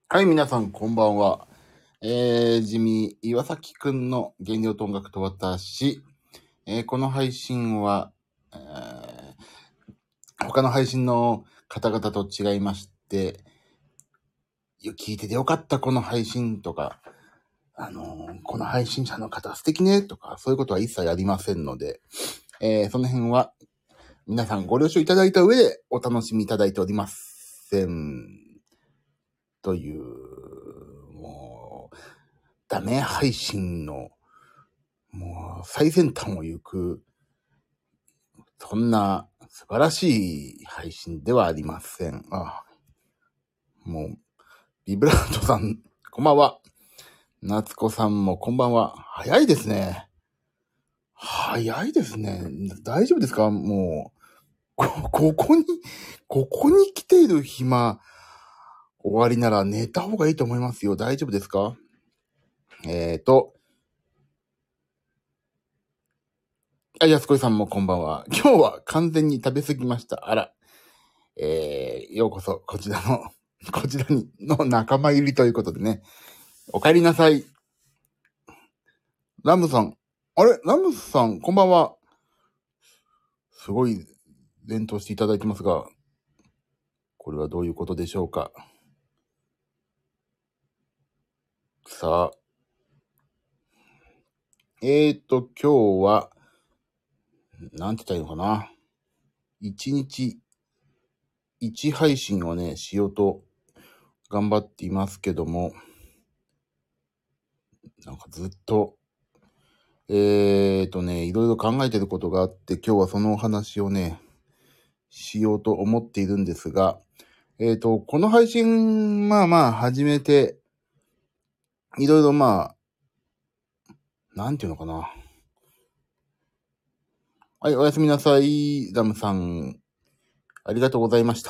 はい、皆さん、こんばんは。ジミー岩崎くんの原料と音楽と私。この配信は、他の配信の方々と違いまして、聞いててよかったこの配信とか、この配信者の方素敵ねとか、そういうことは一切ありませんので、その辺は皆さんご了承いただいた上でお楽しみいただいております。という、もう、ダメ配信のもう最先端を行く、そんな素晴らしい配信ではありません。もう、ビブラートさん、こんばんは。夏子さんもこんばんは。早いですね。早いですね。大丈夫ですか？もう、ここに来ている暇、終わりなら寝た方がいいと思いますよ。大丈夫ですか？安子さんもこんばんは。今日は完全に食べ過ぎました。あら。ようこそ、こちらにの仲間入りということでね。お帰りなさい。ラムさん。あれラムさん、こんばんは。すごい、連投していただいてますが、これはどういうことでしょうか。さあ。今日は、なんて言ったらいいのかな。1日、1配信をね、しようと頑張っていますけども、なんかずっと、いろいろ考えてることがあって、今日はそのお話をね、しようと思っているんですが、この配信、始めて、いろいろなんていうのかな。はい、おやすみなさい、ダムさん。ありがとうございました。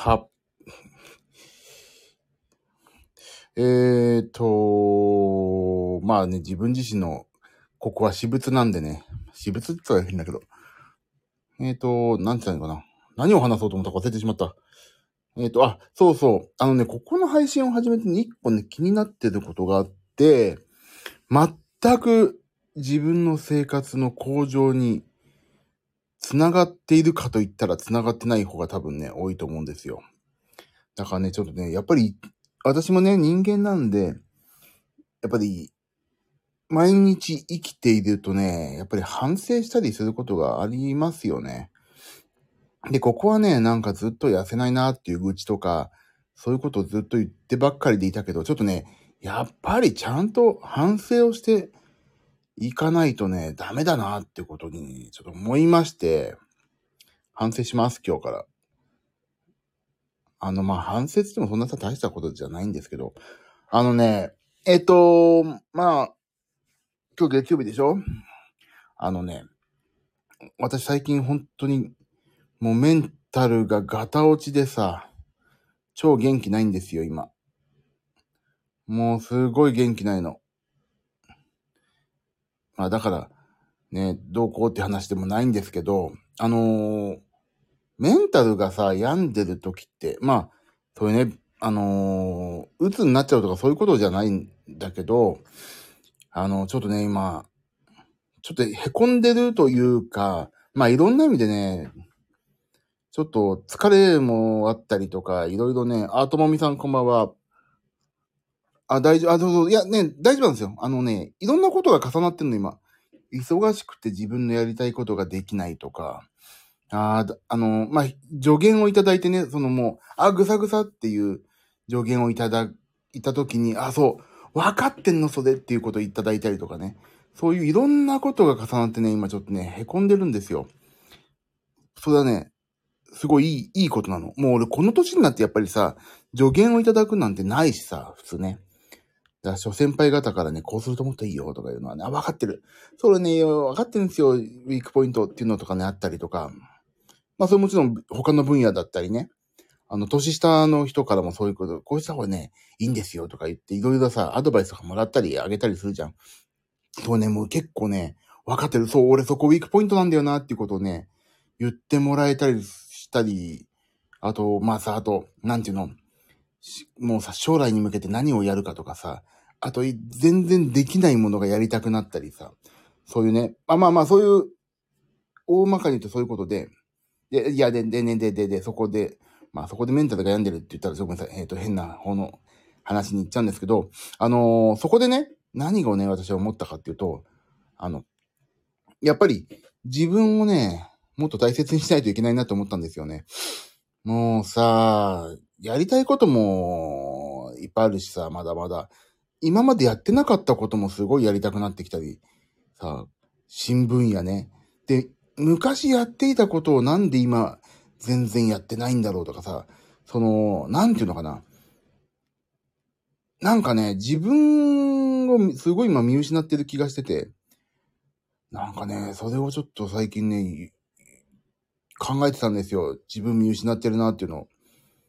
自分自身の、ここは私物なんでね。私物って言ったら変だけど。なんて言ったのかな。何を話そうと思ったか忘れてしまった。そうそう。ここの配信を始めてね、一個ね、気になってることがあって、全く自分の生活の向上に繋がっているかと言ったら繋がってない方が多分ね、多いと思うんですよ。だからね、ちょっとね、やっぱり、私もね、人間なんで、やっぱり、毎日生きているとね、やっぱり反省したりすることがありますよね。で、ここはね、なんかずっと痩せないなっていう愚痴とか、そういうことをずっと言ってばっかりでいたけど、ちょっとね、やっぱりちゃんと反省をしていかないとね、ダメだなってことにちょっと思いまして、反省します、今日から。反省ってもそんな大したことじゃないんですけど、今日月曜日でしょ？私最近本当にもうメンタルがガタ落ちでさ、超元気ないんですよ、今。もうすごい元気ないの。だから、ね、どうこうって話でもないんですけど、メンタルがさ、病んでる時って、そういうね、鬱になっちゃうとかそういうことじゃないんだけど、ちょっとね、今、ちょっと凹んでるというか、いろんな意味でね、ちょっと疲れもあったりとか、いろいろね、ともみさんこんばんは。大丈夫、そうそう、いやね、大丈夫なんですよ。いろんなことが重なってんの、今。忙しくて自分のやりたいことができないとか、助言をいただいてね、ぐさぐさっていう助言をいた時に、そう、分かってんの、それっていうことをいただいたりとかね。そういういろんなことが重なってね、今ちょっとね、凹んでるんですよ。それはね、すごいいいことなの。もう俺この年になってやっぱりさ、助言をいただくなんてないしさ、普通ね。だから諸先輩方からね、こうすると思ったらいいよとかいうのはね、分かってる。それね、分かってるんですよ。ウィークポイントっていうのとかね、あったりとか。それもちろん他の分野だったりね。年下の人からもそういうこと、こうした方がね、いいんですよとか言って、いろいろさ、アドバイスとかもらったり、あげたりするじゃん。そうね、もう結構ね、分かってる。そう、俺そこウィークポイントなんだよなっていうことをね、言ってもらえたりしたり、あと、なんていうの、 もうさ、将来に向けて何をやるかとかさ、あと、全然できないものがやりたくなったりさ、そういうね、そういう、大まかに言うとそういうことで、そこで、そこでメンタルが病んでるって言ったら、ごめんなさい、変な方の話に行っちゃうんですけど、そこでね、何をね、私は思ったかっていうと、やっぱり、自分をね、もっと大切にしないといけないなと思ったんですよね。もうさ、やりたいこともいっぱいあるしさ、まだまだ。今までやってなかったこともすごいやりたくなってきたり、さ、新聞やね。で、昔やっていたことをなんで今全然やってないんだろうとかさ、なんていうのかな。なんかね、自分をすごい今見失ってる気がしてて、なんかね、それをちょっと最近ね、考えてたんですよ。自分見失ってるなっていうのを。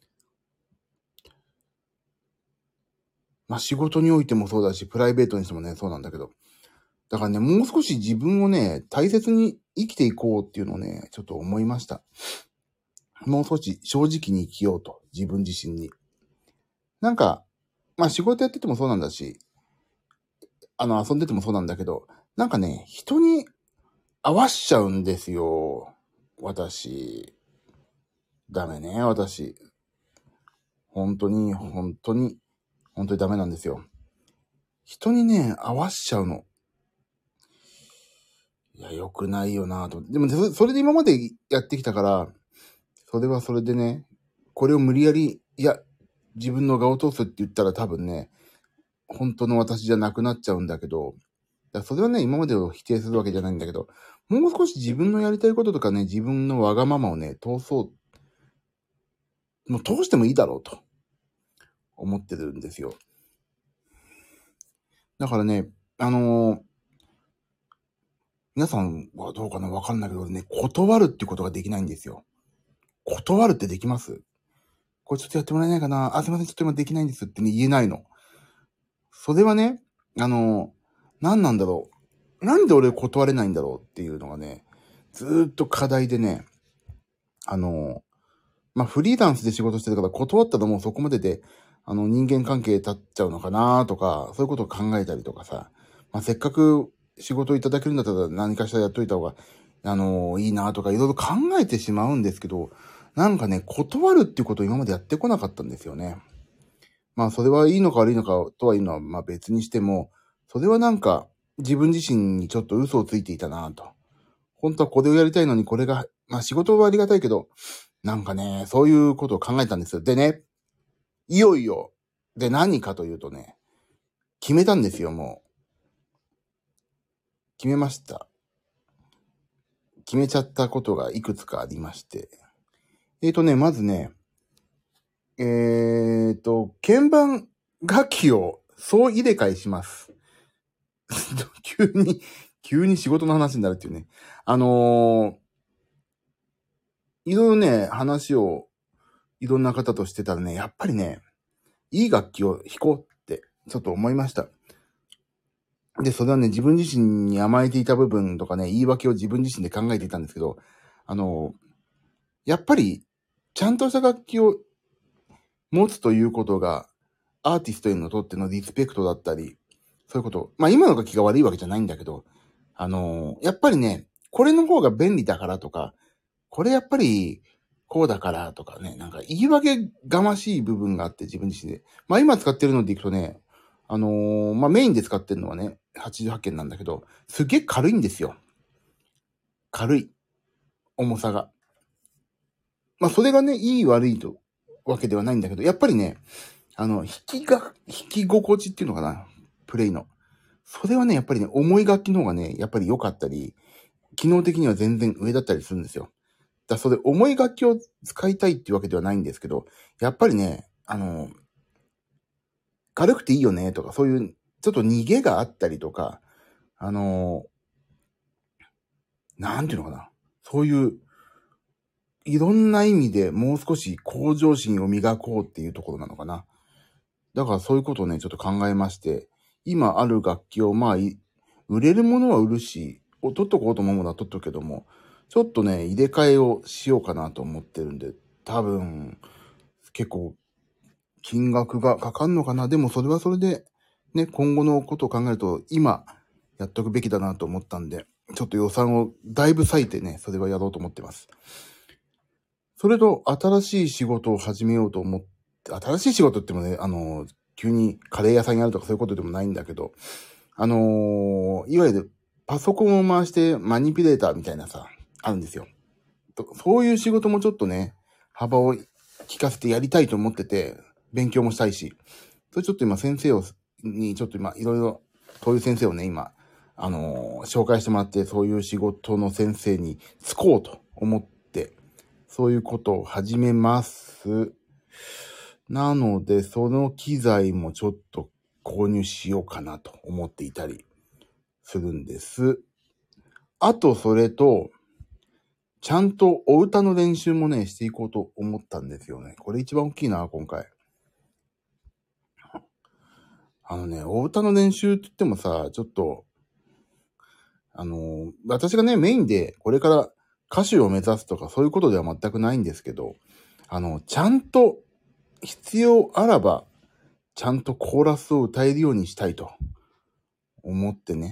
仕事においてもそうだし、プライベートにしてもね、そうなんだけど。だからね、もう少し自分をね、大切に生きていこうっていうのをね、ちょっと思いました。もう少し正直に生きようと、自分自身に。なんか、仕事やっててもそうなんだし、遊んでてもそうなんだけど、なんかね、人に合わしちゃうんですよ。私。ダメね、私。本当にダメなんですよ。人にね、合わしちゃうの。いや、良くないよなと。でも、それで今までやってきたから、それはそれでね、これを無理やり、自分の我を通すって言ったら多分ね、本当の私じゃなくなっちゃうんだけど、それはね、今までを否定するわけじゃないんだけど、もう少し自分のやりたいこととかね、自分のわがままをね、もう通してもいいだろうと思ってるんですよ。だからね、皆さんはどうかなわかんないけどね、断るっていうことができないんですよ。断るってできます？これちょっとやってもらえないかな？すいません、ちょっと今できないんですってね、言えないの。それはね、何なんだろう。なんで俺断れないんだろうっていうのがね、ずーっと課題でね、フリーランスで仕事してるから断ったらもうそこまでで、人間関係立っちゃうのかなとか、そういうことを考えたりとかさ、せっかく仕事をいただけるんだったら何かしらやっといた方が、いいなとかいろいろ考えてしまうんですけど、なんかね、断るっていうことを今までやってこなかったんですよね。それはいいのか悪いのかとはいうのは、別にしても、それはなんか、自分自身にちょっと嘘をついていたなと。本当はこれをやりたいのにこれが、仕事はありがたいけど、なんかね、そういうことを考えたんですよ。でね、いよいよ、で何かというとね、決めたんですよ、もう。決めました。決めちゃったことがいくつかありまして。まずね、鍵盤楽器を総入れ替えします。急に仕事の話になるっていうね。いろいろね、話をいろんな方としてたらね、やっぱりね、いい楽器を弾こうってちょっと思いました。で、それはね、自分自身に甘えていた部分とかね、言い訳を自分自身で考えていたんですけど、やっぱり、ちゃんとした楽器を持つということが、アーティストへのとってのリスペクトだったり、そういうこと。今の楽器が悪いわけじゃないんだけど、やっぱりね、これの方が便利だからとか、これやっぱり、こうだからとかね、なんか言い訳がましい部分があって自分自身で。今使ってるのでいくとね、メインで使ってるのはね、88件なんだけど、すげえ軽いんですよ。軽い。重さが。それがね、いい悪いと、わけではないんだけど、やっぱりね、弾き心地っていうのかな、プレイの。それはね、やっぱりね、重い楽器の方がね、やっぱり良かったり、機能的には全然上だったりするんですよ。それ重い楽器を使いたいっていうわけではないんですけど、やっぱりね、軽くていいよねとか、そういう、ちょっと逃げがあったりとか、なんていうのかな。そういう、いろんな意味でもう少し向上心を磨こうっていうところなのかな。だからそういうことをね、ちょっと考えまして、今ある楽器を売れるものは売るし、取っとこうと思うものは取っとくけども、ちょっとね、入れ替えをしようかなと思ってるんで、多分、結構、 金額がかかんのかな。でもそれはそれで、ね、今後のことを考えると、今、やっとくべきだなと思ったんで、ちょっと予算をだいぶ割いてね、それはやろうと思ってます。それと、新しい仕事を始めようと思って、新しい仕事ってもね、急にカレー屋さんやるとかそういうことでもないんだけど、いわゆるパソコンを回してマニピュレーターみたいなさ、あるんですよ。そういう仕事もちょっとね、幅を利かせてやりたいと思ってて、勉強もしたいし、それちょっと今先生にちょっと今いろいろ、そういう先生をね、今、紹介してもらって、そういう仕事の先生に就こうと思って、そういうことを始めます。なので、その機材もちょっと購入しようかなと思っていたりするんです。あと、それと、ちゃんとお歌の練習もね、していこうと思ったんですよね。これ一番大きいな、今回。お歌の練習って言ってもさ、ちょっと、私がね、メインでこれから歌手を目指すとかそういうことでは全くないんですけど、ちゃんと必要あらば、ちゃんとコーラスを歌えるようにしたいと思ってね。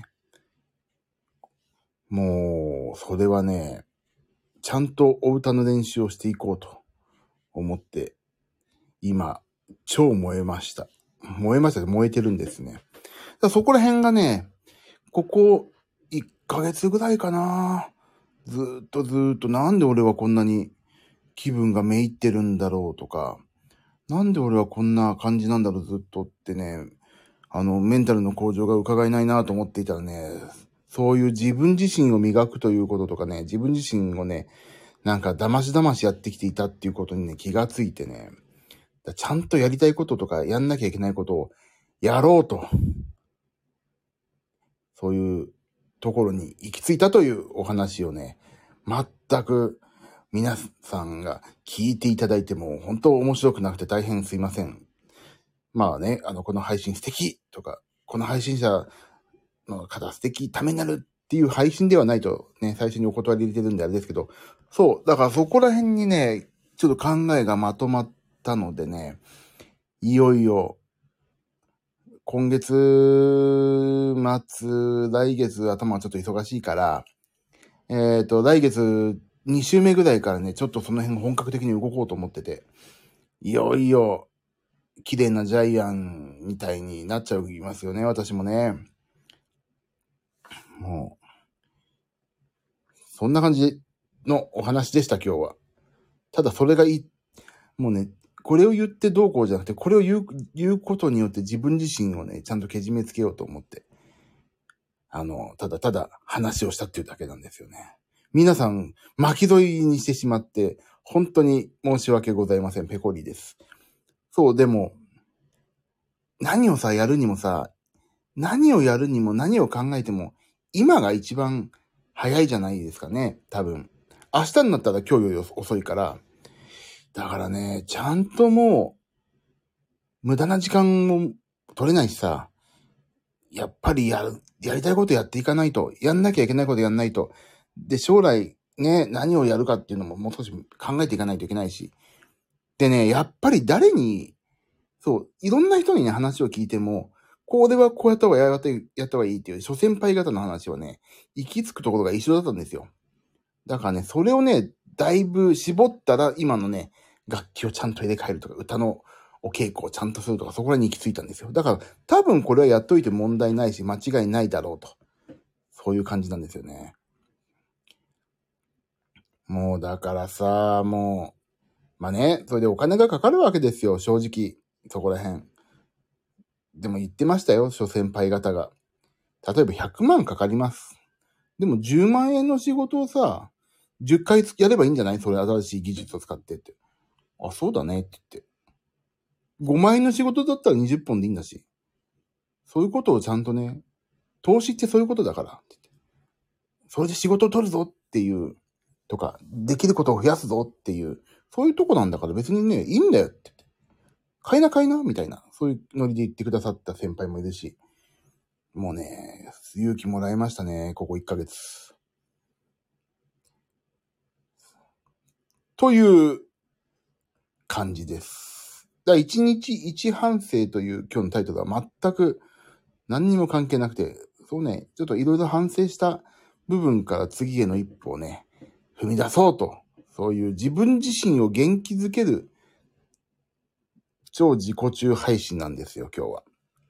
もう、それはね、ちゃんとお歌の練習をしていこうと思って、今、超燃えました。燃えてるんですね。だからそこら辺がね、ここ1ヶ月ぐらいかな。ずーっとなんで俺はこんなに気分がめいってるんだろうとか、なんで俺はこんな感じなんだろうずっとってね、メンタルの向上が伺えないなと思っていたらね、そういう自分自身を磨くということとかね、自分自身をね、なんかだましやってきていたっていうことにね、気がついてね、ちゃんとやりたいこととかやんなきゃいけないことをやろうと、そういうところに行き着いたというお話をね、全く皆さんが聞いていただいても本当面白くなくて大変すいません。まあね、この配信素敵とか、この配信者の方素敵、ためになるっていう配信ではないとね、最初にお断り入れてるんであれですけど、そう、だからそこら辺にね、ちょっと考えがまとまったのでね、いよいよ、今月末、来月頭はちょっと忙しいから、来月2週目ぐらいからね、ちょっとその辺本格的に動こうと思ってて、いよいよ、綺麗なジャイアンみたいになっちゃいますよね、私もね。もう、そんな感じのお話でした、今日は。ただそれがもうね、これを言ってどうこうじゃなくて、これを言うことによって自分自身をね、ちゃんとけじめつけようと思って、ただただ話をしたっていうだけなんですよね。皆さん、巻き添いにしてしまって、本当に申し訳ございません。ペコリです。そう、でも、何をやるにも何をやるにも何を考えても、今が一番早いじゃないですかね、多分。明日になったら今日より遅いから。だからね、ちゃんともう、無駄な時間も取れないしさ、やっぱりやりたいことやっていかないと、やんなきゃいけないことやんないと。で、将来ね、何をやるかっていうのももう少し考えていかないといけないし。でね、やっぱりそう、いろんな人にね、話を聞いても、これはこうやった方がやった方がいいっていう、諸先輩方の話はね、行き着くところが一緒だったんですよ。だからね、それをね、だいぶ絞ったら、今のね、楽器をちゃんと入れ替えるとか、歌のお稽古をちゃんとするとか、そこらに行き着いたんですよ。だから、多分これはやっといて問題ないし、間違いないだろうと。そういう感じなんですよね。もう、だからさ、まあね、それでお金がかかるわけですよ、正直。そこら辺。でも言ってましたよ、諸先輩方が。例えば100万かかります。でも10万円の仕事をさ、10回やればいいんじゃない？それ新しい技術を使ってって。あ、そうだねって言って。5万円の仕事だったら20本でいいんだし。そういうことをちゃんとね、投資ってそういうことだからって言って。それで仕事を取るぞっていう、とか、できることを増やすぞっていう、そういうとこなんだから別にね、いいんだよって言って。買いなみたいな、そういうノリで言ってくださった先輩もいるし。もうね、勇気もらいましたね、ここ1ヶ月。という感じです。 から一日一反省という今日のタイトルは全く何にも関係なくて、そうね、ちょっといろいろ反省した部分から次への一歩をね、踏み出そうと、そういう自分自身を元気づける超自己中配信なんですよ、今日は。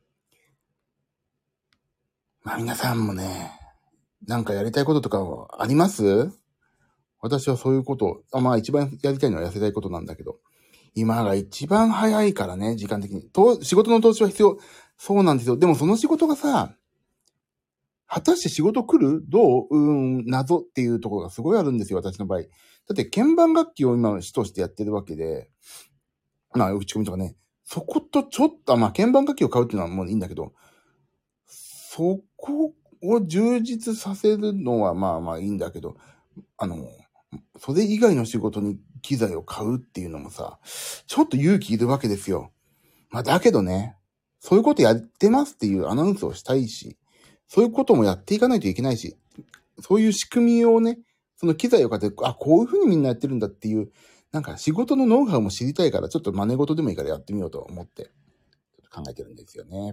まあ皆さんもね、なんかやりたいこととかあります？私はそういうことを、まあ一番やりたいのは痩せたいことなんだけど、今が一番早いからね、時間的に。仕事の投資は必要。そうなんですよ。でもその仕事がさ、果たして仕事来る？どう？謎っていうところがすごいあるんですよ、私の場合。だって鍵盤楽器を今主としてやってるわけで、まあ打ち込みとかね、そことちょっと、まあ鍵盤楽器を買うっていうのはもういいんだけど、そこを充実させるのはまあまあいいんだけど、それ以外の仕事に機材を買うっていうのもさ、ちょっと勇気いるわけですよ。まあだけどね、そういうことやってますっていうアナウンスをしたいし、そういうこともやっていかないといけないし、そういう仕組みをね、その機材を買って、あ、こういうふうにみんなやってるんだっていう、なんか仕事のノウハウも知りたいから、ちょっと真似事でもいいからやってみようと思って、考えてるんですよね。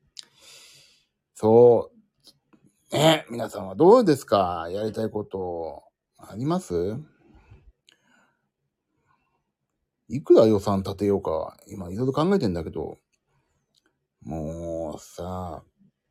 そう。ね、皆さんはどうですか？やりたいことあります？いくら予算立てようか、今いろいろ考えてんだけど、もうさ、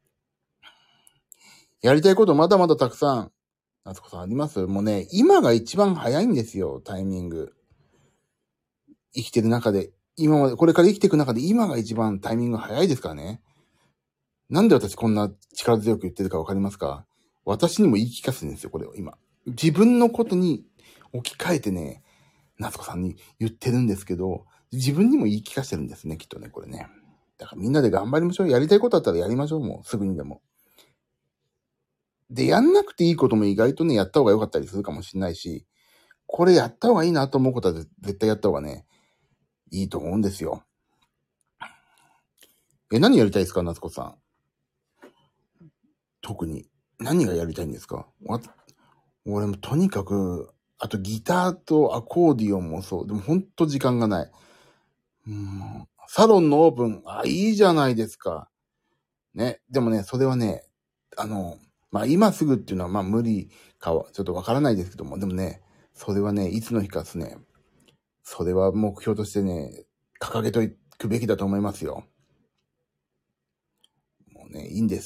やりたいことまだまだたくさん、夏子さんあります？もうね、今が一番早いんですよ、タイミング。生きてる中で、今まで、これから生きていく中で今が一番タイミング早いですからね。なんで私こんな力強く言ってるかわかりますか？私にも言い聞かせるんですよ、これを今。自分のことに置き換えてね、夏子さんに言ってるんですけど、自分にも言い聞かせてるんですね、きっとね、これね。だからみんなで頑張りましょう。やりたいことあったらやりましょう、もうすぐにでも。で、やんなくていいことも意外とね、やった方が良かったりするかもしれないし、これやった方がいいなと思うことは絶対やった方がね、いいと思うんですよ。何やりたいですか、夏子さん。特に。何がやりたいんですか？俺もとにかく、あとギターとアコーディオンもそう。でもほんと時間がない。サロンのオープン、いいじゃないですか。ね。でもね、それはね、まあ、今すぐっていうのはまあ無理かは、ちょっとわからないですけども、でもね、それはね、いつの日かですね、それは目標としてね、掲げとくべきだと思いますよ。もうね、いいんです。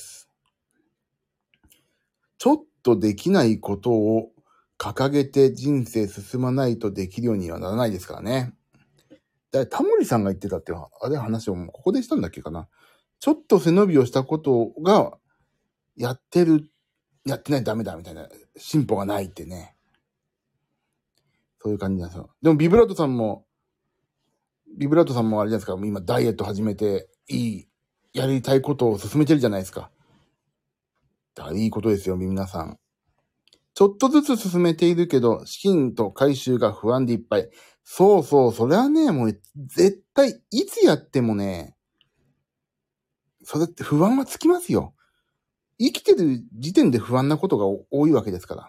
ちょっとできないことを掲げて人生進まないとできるようにはならないですからね。だからタモリさんが言ってたって、あれ話をもうここでしたんだっけかな。ちょっと背伸びをしたことが、やってないとダメだみたいな、進歩がないってね。そういう感じなんですよ。でもビブラートさんもあれじゃないですか、今ダイエット始めて、やりたいことを進めてるじゃないですか。だからいいことですよ、皆さん。ちょっとずつ進めているけど、資金と回収が不安でいっぱい。そうそう、それはね、もう絶対、いつやってもね、それって不安はつきますよ。生きてる時点で不安なことが多いわけですから。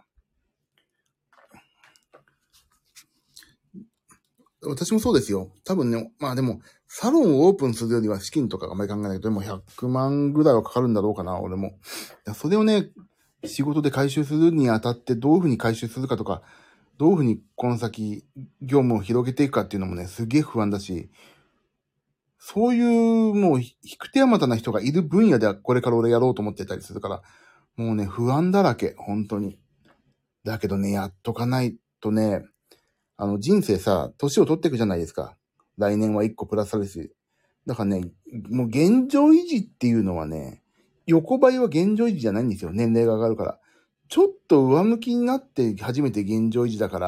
私もそうですよ。多分ね、まあでも、サロンをオープンするよりは資金とかあまり考えないけど、でも100万ぐらいはかかるんだろうかな、俺も。それをね、仕事で回収するにあたってどういうふうに回収するかとか、どういうふうにこの先業務を広げていくかっていうのもね、すげえ不安だし、そういうもう引く手あまたな人がいる分野ではこれから俺やろうと思ってたりするから、もうね、不安だらけ、本当に。だけどね、やっとかないとね、人生さ、年を取っていくじゃないですか。来年は1個プラスされるし。だからね、もう現状維持っていうのはね、横ばいは現状維持じゃないんですよ。年齢が上がるから。ちょっと上向きになって初めて現状維持だから、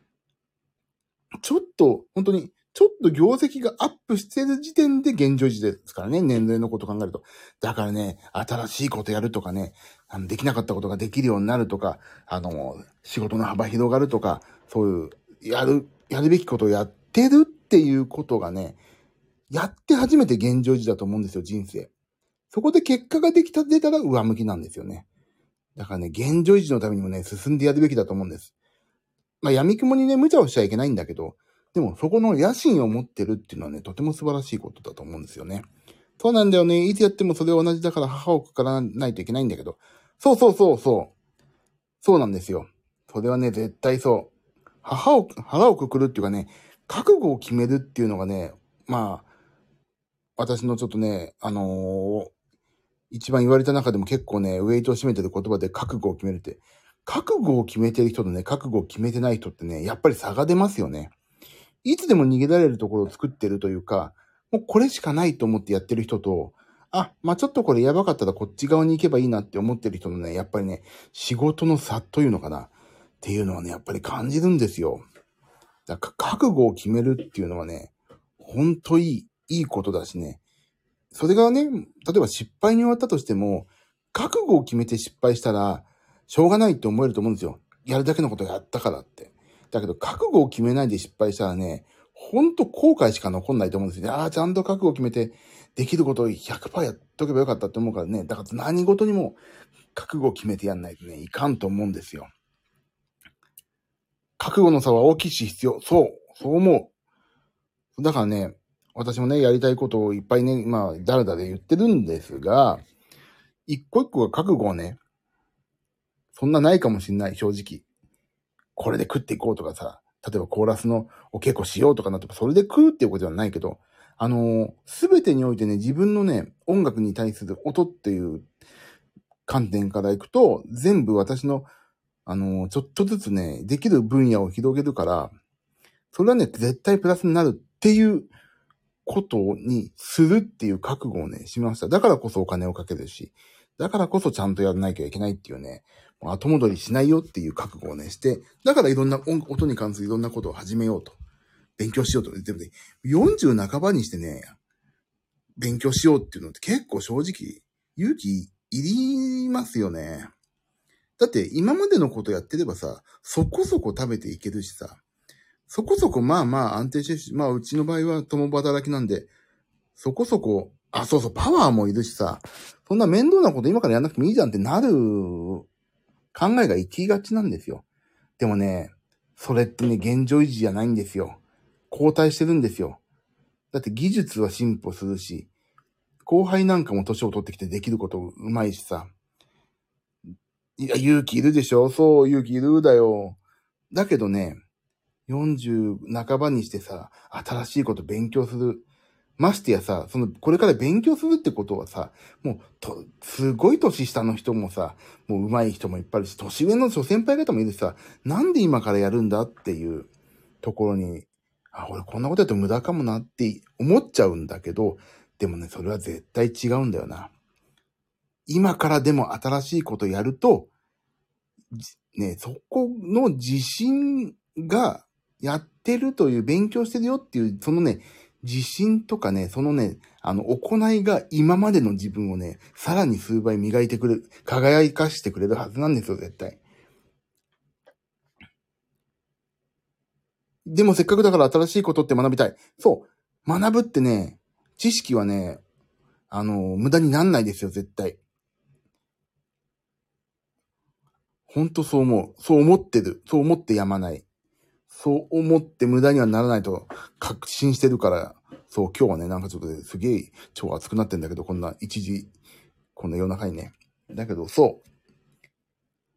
本当に、ちょっと業績がアップしてる時点で現状維持ですからね、年齢のことを考えると。だからね、新しいことやるとかね、できなかったことができるようになるとか、仕事の幅広がるとか、そういう、やるべきことをやってるっていうことがね、やって初めて現状維持だと思うんですよ、人生。そこで結果が出たら上向きなんですよね。だからね、現状維持のためにもね、進んでやるべきだと思うんです。まあ、闇雲にね、無茶をしちゃいけないんだけど、 でもそこの野心を持ってるっていうのはね、とても素晴らしいことだと思うんですよね。そうなんだよね。いつやってもそれは同じだから母をくからないといけないんだけど。そうそうそうそう。そうなんですよ。それはね、絶対そう。腹をくくるっていうかね、覚悟を決めるっていうのがね、まあ、私のちょっとね、一番言われた中でも結構ね、ウェイトを占めてる言葉で覚悟を決めるって。覚悟を決めてる人とね、覚悟を決めてない人ってね、やっぱり差が出ますよね。いつでも逃げられるところを作ってるというか、もうこれしかないと思ってやってる人と、ちょっとこれやばかったらこっち側に行けばいいなって思ってる人のね、やっぱりね、仕事の差というのかなっていうのはね、やっぱり感じるんですよ。だから覚悟を決めるっていうのはね、ほんといいことだしね。それがね、例えば失敗に終わったとしても、覚悟を決めて失敗したら、しょうがないって思えると思うんですよ。やるだけのことやったからって。だけど、覚悟を決めないで失敗したらね、ほんと後悔しか残んないと思うんですよね。ちゃんと覚悟を決めて、できることを100%やっとけばよかったって思うからね。だから何事にも覚悟を決めてやんないとね、いかんと思うんですよ。覚悟の差は大きいし必要。そう思う。だからね、私もね、やりたいことをいっぱいね、だらだら言ってるんですが、一個一個が覚悟はね、そんなないかもしんない、正直。これで食っていこうとかさ、例えばコーラスのお稽古しようとかなってそれで食うっていうことではないけど、すべてにおいてね、自分のね、音楽に対する音っていう観点からいくと、全部私の、ちょっとずつね、できる分野を広げるから、それはね、絶対プラスになるっていうことにするっていう覚悟をね、しました。だからこそお金をかけるし、だからこそちゃんとやらなきゃいけないっていうね、後戻りしないよっていう覚悟をね、して、だからいろんな音に関するいろんなことを始めようと。勉強しようと。でもね、40半ばにしてね、勉強しようっていうのって結構正直、勇気いりますよね。だって今までのことやってればさ、そこそこ食べていけるしさ、そこそこ安定してるし、うちの場合は共働きなんで、そこそこ、そうそう、パワーもいるしさ、そんな面倒なこと今からやんなくてもいいじゃんってなる考えが行きがちなんですよ。でもね、それってね、現状維持じゃないんですよ。後退してるんですよ。だって技術は進歩するし、後輩なんかも年を取ってきてできることうまいしさ。いや、勇気いるでしょ？そう、勇気いるだよ。だけどね、40半ばにしてさ、新しいこと勉強する。ましてやさ、これから勉強するってことはさ、すごい年下の人もさ、もう上手い人もいっぱいいるし、年上の諸先輩方もいるしさ、なんで今からやるんだっていうところに、俺こんなことやって無駄かもなって思っちゃうんだけど、でもね、それは絶対違うんだよな。今からでも新しいことやると、ね、そこの自信がやってるという勉強してるよっていう、そのね、自信とかね、そのね、行いが今までの自分をね、さらに数倍磨いてくれる、輝かしてくれるはずなんですよ、絶対。でもせっかくだから新しいことって学びたい。そう。学ぶってね、知識はね、無駄になんないですよ、絶対。ほんとそう思う。そう思ってる。そう思ってやまない。そう思って無駄にはならないと確信してるから、そう、今日はね、なんかちょっとすげえ超熱くなってんだけど、こんなこんな夜中にね。だけど、そう。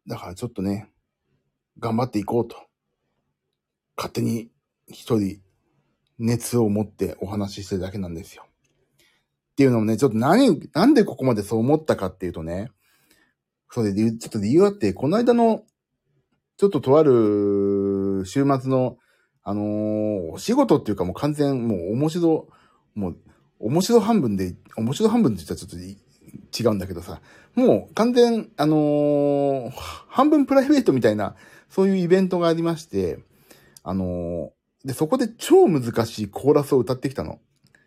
だからちょっとね、頑張っていこうと。勝手に一人熱を持ってお話ししてるだけなんですよ。っていうのもね、ちょっとなんでここまでそう思ったかっていうとね、それでちょっと理由あって、この間の、ちょっととある週末の、お仕事っていうかもう完全、もう面白半分って言ったらちょっと違うんだけどさ、もう完全、半分プライベートみたいな、そういうイベントがありまして、で、そこで超難しいコーラスを歌ってきたの。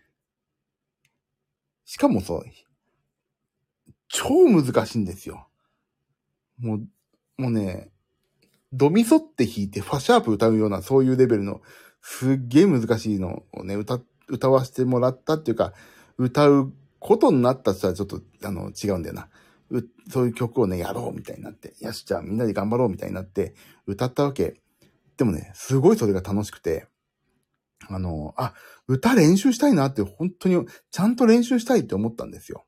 しかもさ、超難しいんですよ。もうね、ドミソって弾いてファシャープ歌うような、そういうレベルの、すっげえ難しいのをね、歌わせてもらったっていうか、歌うことになったって言ったらちょっと、違うんだよな。そういう曲をね、やろうみたいになって、よし、じゃあみんなで頑張ろうみたいになって、歌ったわけ。でもね、すごいそれが楽しくて、 歌練習したいなって本当にちゃんと練習したいって思ったんですよ。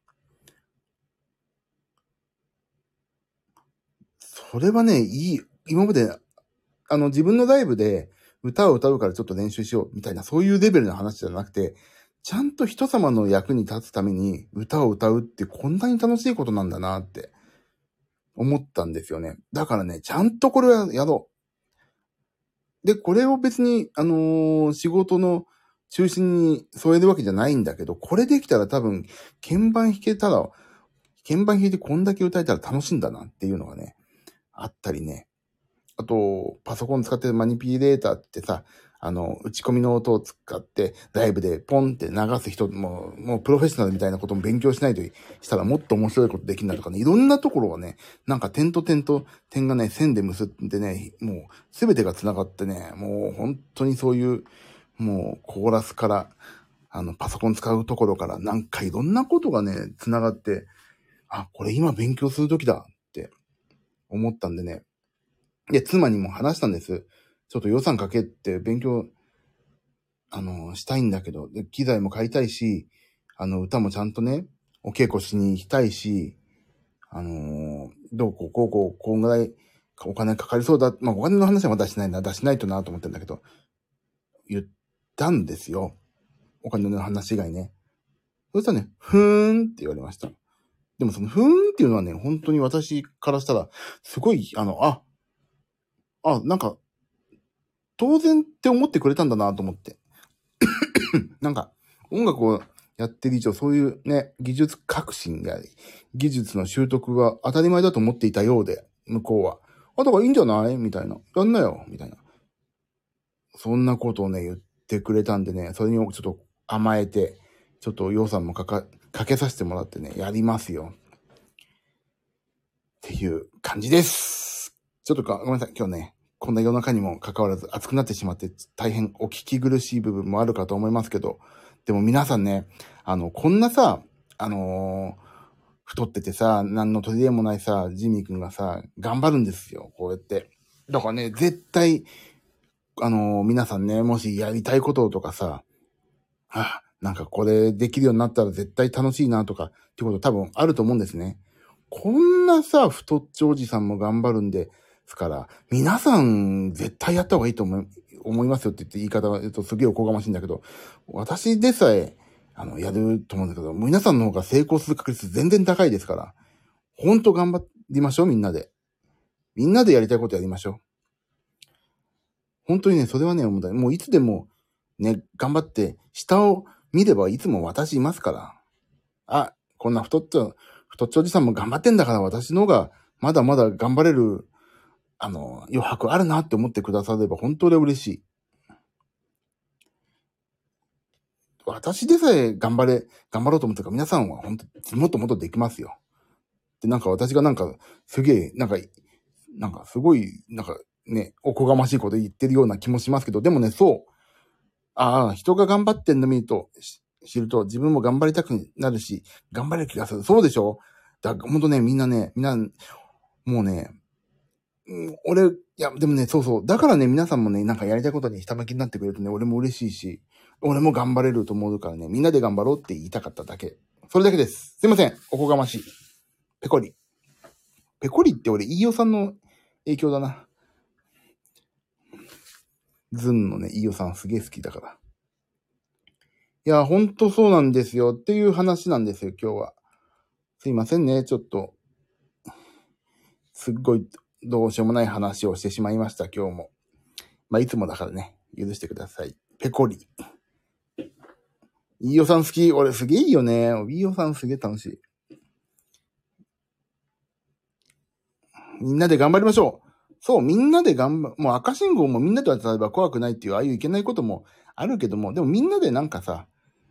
それはね、今まで、自分のライブで歌を歌うからちょっと練習しようみたいな、そういうレベルの話じゃなくて、ちゃんと人様の役に立つために歌を歌うってこんなに楽しいことなんだなって思ったんですよね。だからね、ちゃんとこれはやろう。で、これを別に、仕事の中心に添えるわけじゃないんだけど、これできたら多分、鍵盤弾いてこんだけ歌えたら楽しいんだなっていうのがね、あったりね。あと、パソコン使ってるマニピュレーターってさ、打ち込みの音を使って、ライブでポンって流す人もうプロフェッショナルみたいなことも勉強しないとしたらもっと面白いことできるんだとかね、いろんなところがね、なんか点と点と点がね、線で結んでね、もうすべてが繋がってね、もう本当にそういう、もうコーラスから、パソコン使うところから、なんかいろんなことがね、繋がって、これ今勉強するときだって思ったんでね、で、妻にも話したんです。ちょっと予算かけって勉強、したいんだけど、で、機材も買いたいし、歌もちゃんとね、お稽古しに行きたいし、どうこんぐらいお金かかりそうだ。まあ、お金の話はまだしないとなと思ってんだけど、言ったんですよ。お金の話以外ね。そしたらね、ふーんって言われました。でもそのふーんっていうのはね、本当に私からしたら、すごい、なんか、当然って思ってくれたんだなと思って。なんか、音楽をやってる以上、そういうね、技術革新や技術の習得が当たり前だと思っていたようで、向こうは。だからいいんじゃないみたいな。やんなよみたいな。そんなことをね、言ってくれたんでね、それにちょっと甘えて、ちょっと予算もかけさせてもらってね、やりますよ。っていう感じです。ちょっとごめんなさい。今日ね、こんな夜中にも関わらず熱くなってしまって大変お聞き苦しい部分もあるかと思いますけど、でも皆さんね、こんなさ、太っててさ、何の取り柄もないさ、ジミー君がさ、頑張るんですよ、こうやって。だからね、絶対、皆さんね、もしやりたいこととかさ、なんかこれできるようになったら絶対楽しいなとか、ってこと多分あると思うんですね。こんなさ、太っちょおじさんも頑張るんですから、皆さん絶対やった方がいいと思いますよって言って言い方が言うとすげえおこがましいんだけど、私でさえ、やると思うんだけど、皆さんの方が成功する確率全然高いですから、ほんと頑張りましょう、みんなで。みんなでやりたいことやりましょう。本当にね、それはね、もういつでも、ね、頑張って、下を見ればいつも私いますから。こんな太っちょおじさんも頑張ってんだから私の方がまだまだ頑張れる、余白あるなって思ってくだされば本当に嬉しい。私でさえ頑張ろうと思ってるから皆さんは本当もっともっとできますよ。で、なんか私がなんかすげえ、なんかすごい、なんかね、おこがましいこと言ってるような気もしますけど、でもね、そう。人が頑張ってんの見ると、知ると自分も頑張りたくなるし、頑張れる気がする。そうでしょ？ほんとね、みんな、もうね、でもね、そうそう。だからね、皆さんもね、なんかやりたいことにひたむきになってくれるとね、俺も嬉しいし、俺も頑張れると思うからね、みんなで頑張ろうって言いたかっただけ。それだけです。すいません。おこがましい。ペコリ。ペコリって俺、飯尾さんの影響だな。ズンのね、飯尾さんすげえ好きだから。いや、ほんとそうなんですよっていう話なんですよ、今日は。すいませんね、ちょっと。すっごいどうしようもない話をしてしまいました、今日も。まあ、いつもだからね、許してください。ペコリ。飯尾さん好き。俺すげえいいよね。飯尾さんすげえ楽しい。みんなで頑張りましょう。そう、みんなでもう赤信号もみんなと渡れば怖くないっていう、ああいういけないこともあるけども、でもみんなでなんかさ、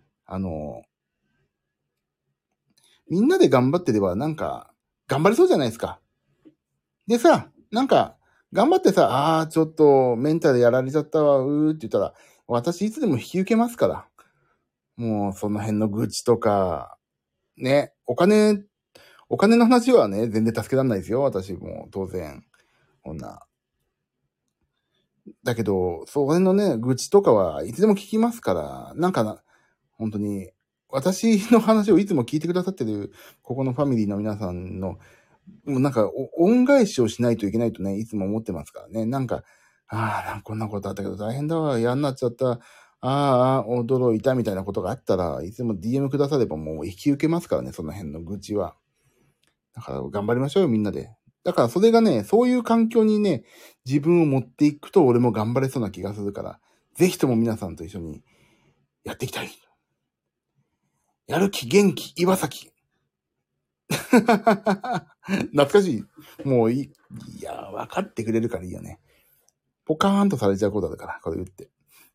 みんなで頑張ってればなんか、頑張れそうじゃないですか。でさ、なんか、頑張ってさ、ちょっとメンタルやられちゃったわ、って言ったら、私いつでも引き受けますから。もうその辺の愚痴とか、ね、お金の話はね、全然助けられないですよ、私も当然。こんな。 だけど、それのね、愚痴とかはいつでも聞きますから、なんかな、本当に、私の話をいつも聞いてくださってる、ここのファミリーの皆さんの、もうなんか、恩返しをしないといけないとね、いつも思ってますからね。なんか、なんかこんなことあったけど大変だわ、嫌になっちゃった、驚いたみたいなことがあったらいつも DM くださればもう引き受けますからね、その辺の愚痴は。だから頑張りましょうよ、みんなで。だからそれがね、そういう環境にね、自分を持っていくと俺も頑張れそうな気がするから、ぜひとも皆さんと一緒にやっていきたい。やる気、元気、岩崎。懐かしい。もういや、分かってくれるからいいよね。ポカーンとされちゃうことだから、これ言って。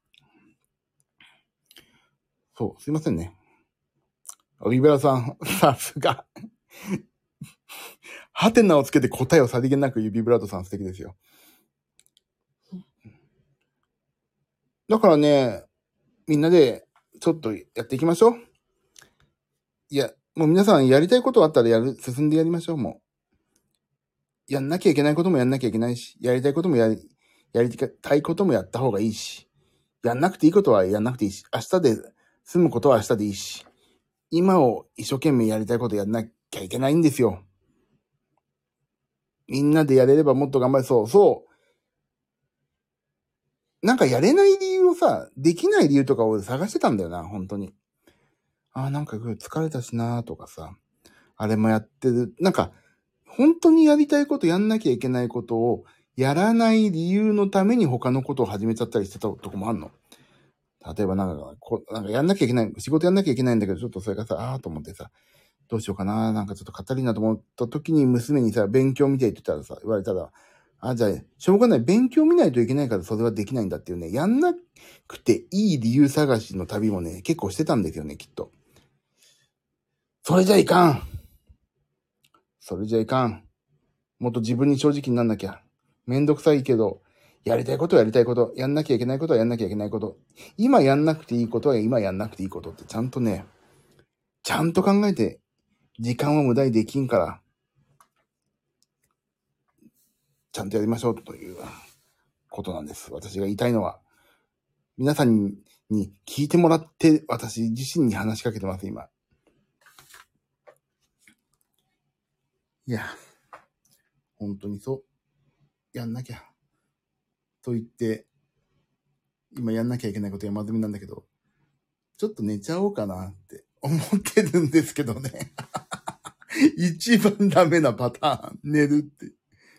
そう、すいませんね。リベラさん、さすが。ハテナをつけて答えをさりげなく言うビブラートさん素敵ですよ。だからね、みんなでちょっとやっていきましょう。いや、もう皆さんやりたいことあったら進んでやりましょう、もう。やんなきゃいけないこともやんなきゃいけないし、やりたいこともやりたいこともやった方がいいし、やんなくていいことはやんなくていいし、明日で済むことは明日でいいし、今を一生懸命やりたいことやんなきゃいけないんですよ。みんなでやれればもっと頑張れそう。なんかやれない理由をさ、できない理由とかを探してたんだよな、本当に。なんか疲れたしなとかさ、あれもやってる。なんか、本当にやりたいことやんなきゃいけないことをやらない理由のために他のことを始めちゃったりしてたとこもあんの。例えばなんかやんなきゃいけない、仕事やんなきゃいけないんだけど、ちょっとそれがさ、と思ってさ、どうしようかな、なんかちょっと語りなと思った時に娘にさ、勉強見てって言われたら、じゃあ、しょうがない。勉強見ないといけないからそれはできないんだっていうね、やんなくていい理由探しの旅もね、結構してたんですよね、きっと。それじゃいかん。もっと自分に正直になんなきゃ。めんどくさいけど、やりたいことはやりたいこと、やんなきゃいけないことはやんなきゃいけないこと。今やんなくていいことは今やんなくていいことってちゃんと考えて、時間を無駄にできんから、ちゃんとやりましょうということなんです。私が言いたいのは。皆さんに聞いてもらって、私自身に話しかけてます、今。いや、本当にそう。やんなきゃ。と言って、今やんなきゃいけないこと山積みなんだけど、ちょっと寝ちゃおうかなって思ってるんですけどね。一番ダメなパターン。寝るって。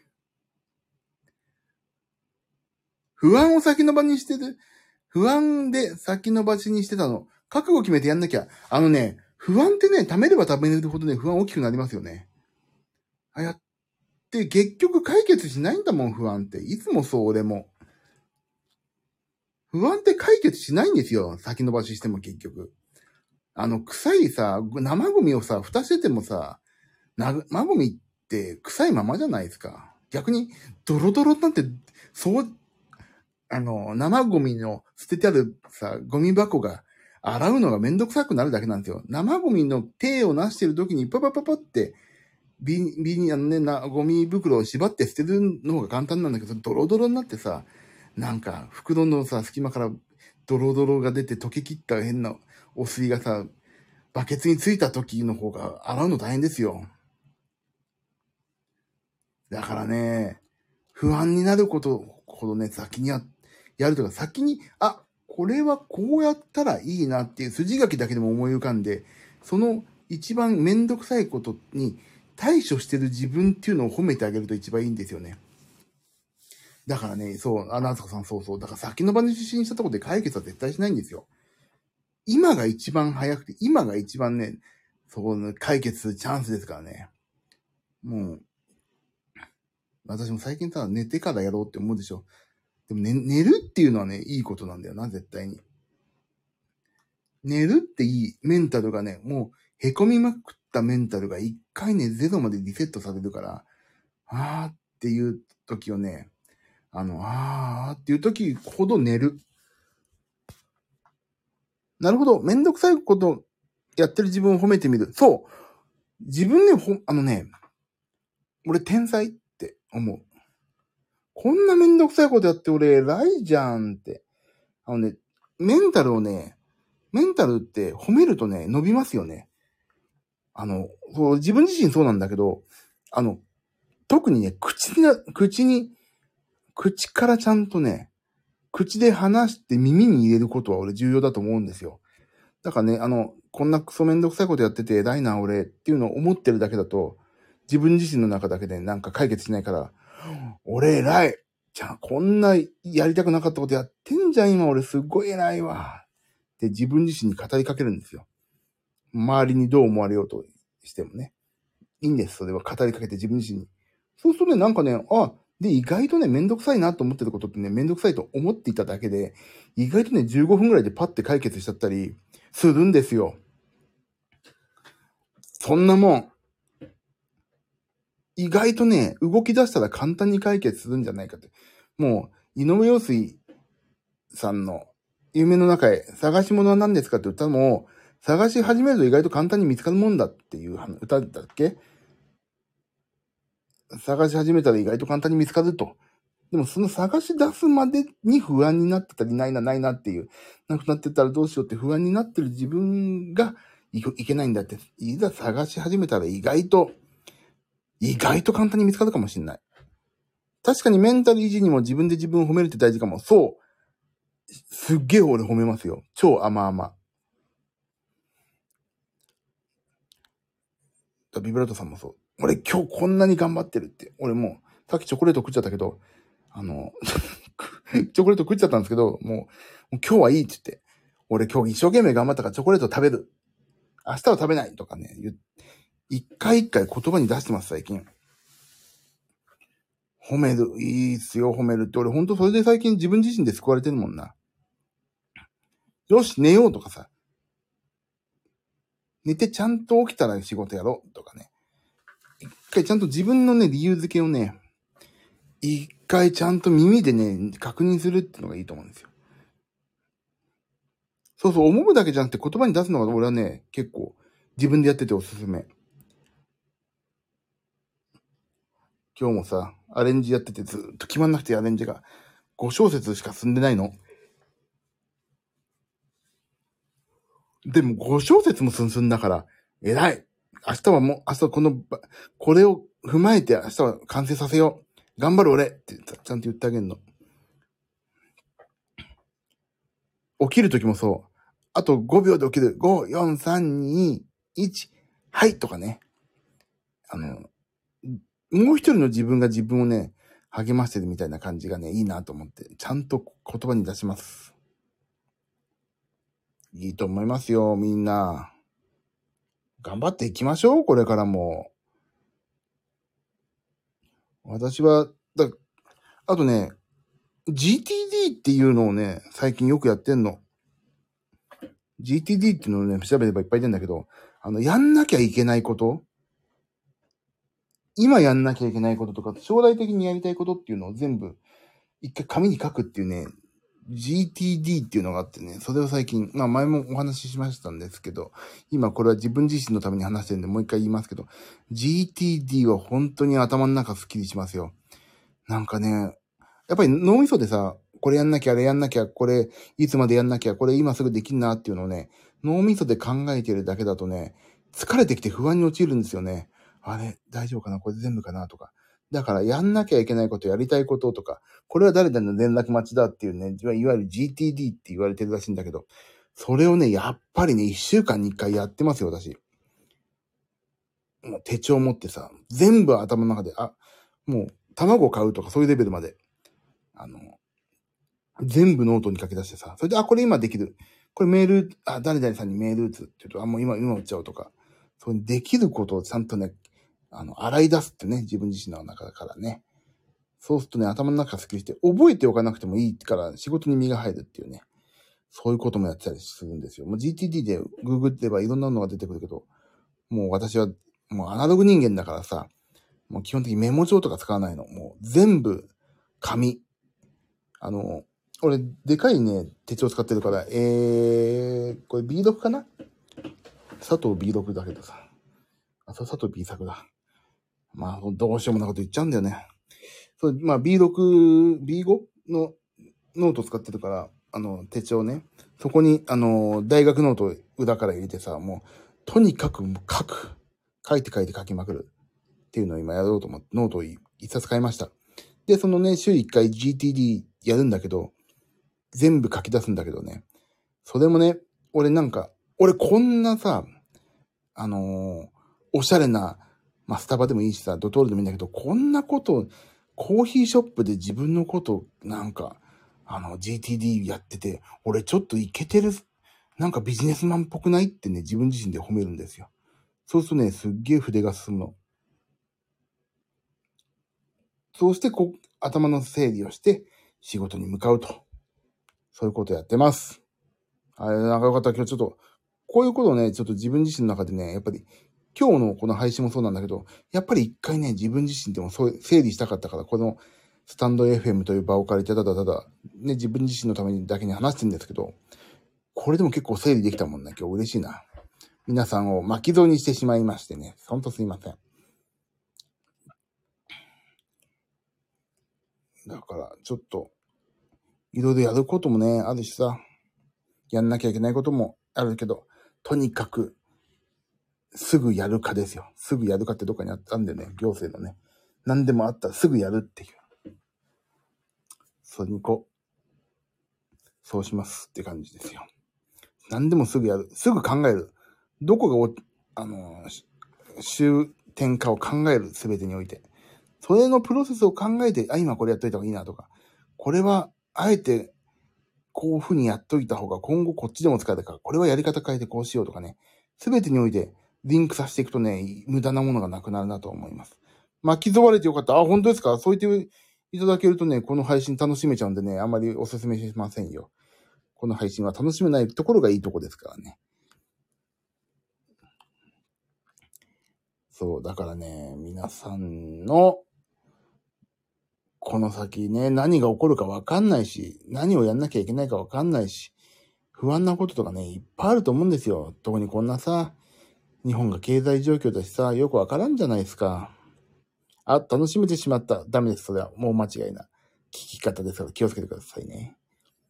不安を先延ばにしてる。不安で先延ばしにしてたの。覚悟決めてやんなきゃ。不安ってね、溜めれば溜めるほどね、不安大きくなりますよね。やって結局解決しないんだもん、不安って。いつもそう、俺も。不安って解決しないんですよ。先延ばししても結局。臭いさ、生ゴミをさ、蓋しててもさ、生ゴミって臭いままじゃないですか。逆に、ドロドロなんて、生ゴミの捨ててあるさ、ゴミ箱が洗うのがめんどくさくなるだけなんですよ。生ゴミの手をなしてる時にパパって、ゴミ袋を縛って捨てるの方が簡単なんだけど、ドロドロになってさ、なんか、袋のさ、隙間からドロドロが出て溶けきった変なお水がさ、バケツについた時の方が洗うの大変ですよ。だからね、不安になることほどね、先にやるとか、先に、これはこうやったらいいなっていう筋書きだけでも思い浮かんで、その一番めんどくさいことに対処してる自分っていうのを褒めてあげると一番いいんですよね。だからね、そう、夏子さんそう。だから先の場に受信したところで解決は絶対しないんですよ。今が一番早くて、今が一番ね、解決するチャンスですからね。もう、私も最近ただ寝てからやろうって思うでしょ。でも、寝るっていうのはね、いいことなんだよな、絶対に。寝るっていい。メンタルがね、もう、凹みまくったメンタルが一回ね、ゼロまでリセットされるから、っていう時をね、っていう時ほど寝る。なるほど。めんどくさいことやってる自分を褒めてみる。そう。自分ね、俺天才って思う。 こんなめんどくさいことやって俺偉いじゃんって。メンタルって褒めるとね、伸びますよね。自分自身そうなんだけど、特にね、口からちゃんとね、口で話して耳に入れることは俺重要だと思うんですよ。だからね、こんなクソめんどくさいことやってて偉いな俺っていうのを思ってるだけだと、自分自身の中だけでなんか解決しないから、俺偉いじゃあこんなやりたくなかったことやってんじゃん今俺すっごい偉いわって自分自身に語りかけるんですよ。周りにどう思われようとしてもね。いいんです。それは語りかけて自分自身に。そうするとね、なんかね、で、意外とね、めんどくさいなと思ってることってね、めんどくさいと思っていただけで、意外とね、15分ぐらいでパッて解決しちゃったりするんですよ。そんなもん、意外とね、動き出したら簡単に解決するんじゃないかって。もう、井上陽水さんの夢の中へ探し物は何ですかって歌も、探し始めると意外と簡単に見つかるもんだっていう歌だっけ？探し始めたら意外と簡単に見つかると。でもその探し出すまでに不安になってたり、ないなっていう、なくなってたらどうしようって不安になってる自分がいけないんだって。いざ探し始めたら意外と簡単に見つかるかもしれない。確かにメンタル維持にも自分で自分を褒めるって大事かも。そう。すっげえ俺褒めますよ。超甘々。ビブラートさんもそう。俺今日こんなに頑張ってるって。俺もう、さっきチョコレート食っちゃったけど、チョコレート食っちゃったんですけど、もう今日はいいって言って。俺今日一生懸命頑張ったからチョコレート食べる。明日は食べないとかね。一回一回言葉に出してます、最近。褒める。いいっすよ、褒めるって。俺ほんとそれで最近自分自身で救われてるもんな。よし、寝ようとかさ。寝てちゃんと起きたら仕事やろうとかね。一回ちゃんと自分のね、理由付けをね、一回ちゃんと耳でね、確認するっていうのがいいと思うんですよ。そうそう、思うだけじゃなくて言葉に出すのが俺はね、結構自分でやってておすすめ。今日もさ、アレンジやっててずっと決まんなくてアレンジが5小節しか進んでないの。でも5小節も進んだから、偉い。明日これを踏まえて明日は完成させよう。頑張る俺ってちゃんと言ってあげるの。起きるときもそう。あと5秒で起きる。5、4、3、2、1、はいとかね。もう一人の自分が自分をね、励ましてるみたいな感じがね、いいなと思って、ちゃんと言葉に出します。いいと思いますよ、みんな。頑張っていきましょう、これからも。私は、あとね、GTD っていうのをね、最近よくやってんの。GTD っていうのをね、調べればいっぱい出るんだけど、やんなきゃいけないこと、今やんなきゃいけないこととか、将来的にやりたいことっていうのを全部、一回紙に書くっていうね、GTD っていうのがあってね、それを最近、前もお話ししましたんですけど、今これは自分自身のために話してるんで、もう一回言いますけど、GTD は本当に頭の中スッキリしますよ。なんかね、やっぱり脳みそでさ、これやんなきゃ、あれやんなきゃ、これいつまでやんなきゃ、これ今すぐできんなっていうのをね、脳みそで考えてるだけだとね、疲れてきて不安に陥るんですよね。あれ、大丈夫かな？これ全部かな？とか。だからやんなきゃいけないこと、やりたいこととか、これは誰々の連絡待ちだっていうね、いわゆる GTD って言われてるらしいんだけど、それをね、やっぱりね、1週間に1回やってますよ、私。もう手帳持ってさ、全部頭の中で、もう卵買うとかそういうレベルまで、全部ノートに書き出してさ、それで、これ今できる。これメール、誰々さんにメール打つって言うと、もう今打っちゃおうとか、そういうできることをちゃんとね、洗い出すってね、自分自身の中からね。そうするとね、頭の中がスッキリして、覚えておかなくてもいいから仕事に身が入るっていうね。そういうこともやってたりするんですよ。もう GTD でググってばいろんなのが出てくるけど、もう私はもうアナログ人間だからさ、もう基本的にメモ帳とか使わないの。もう全部紙。俺、でかいね、手帳使ってるから、これ B6 かな？佐藤 B6 だけどさ。それ佐藤 B 作だ。どうしようもなこと言っちゃうんだよね。 そう、まあ B6、B5 のノート使ってるから、手帳ね。そこに、大学ノート裏から入れてさ、もう、とにかく書く。書いて書きまくる。っていうのを今やろうと思って、ノートを一冊買いました。で、そのね、週1回 GTD やるんだけど、全部書き出すんだけどね。それもね、俺こんなさ、おしゃれな、まあ、スタバでもいいしさ、ドトールでもいいんだけど、こんなこと、コーヒーショップで自分のこと、GTD やってて、俺ちょっとイケてる、なんかビジネスマンっぽくないってね、自分自身で褒めるんですよ。そうするとね、すっげえ筆が進むの。そうして頭の整理をして仕事に向かうと。そういうことやってます。あれ、なんかよかった。今日ちょっと、こういうことをね、ちょっと自分自身の中でね、やっぱり、今日のこの配信もそうなんだけど、やっぱり一回ね、自分自身でもそう整理したかったから、このスタンド FM という場を借りて、ただ、ね、自分自身のためにだけに話してるんですけど、これでも結構整理できたもんね。今日嬉しいな。皆さんを巻き添えにしてしまいましてね。ほんとすいません。だから、ちょっと、いろいろやることもね、あるしさ、やんなきゃいけないこともあるけど、とにかく、すぐやるかですよ。すぐやるかってどっかにあったんでね、行政のね。何でもあったらすぐやるっていう。それにそうしますって感じですよ。何でもすぐやる。すぐ考える。どこが終点かを考える。すべてにおいて。それのプロセスを考えて、今これやっといた方がいいなとか。これは、あえて、こういう風にやっといた方が今後こっちでも使えたから、これはやり方変えてこうしようとかね。すべてにおいて、リンクさせていくとね、無駄なものがなくなるなと思います。巻き添われてよかった。あ、本当ですか？そう言っていただけるとね、この配信楽しめちゃうんでね、あんまりお勧めしませんよ。この配信は楽しめないところがいいとこですからね。そう、だからね、皆さんの、この先ね、何が起こるかわかんないし、何をやんなきゃいけないかわかんないし、不安なこととかね、いっぱいあると思うんですよ。特にこんなさ、日本が経済状況だしさ、よくわからんじゃないですか。あ、楽しめてしまった。ダメです。それはもう間違いな。聞き方ですから気をつけてくださいね。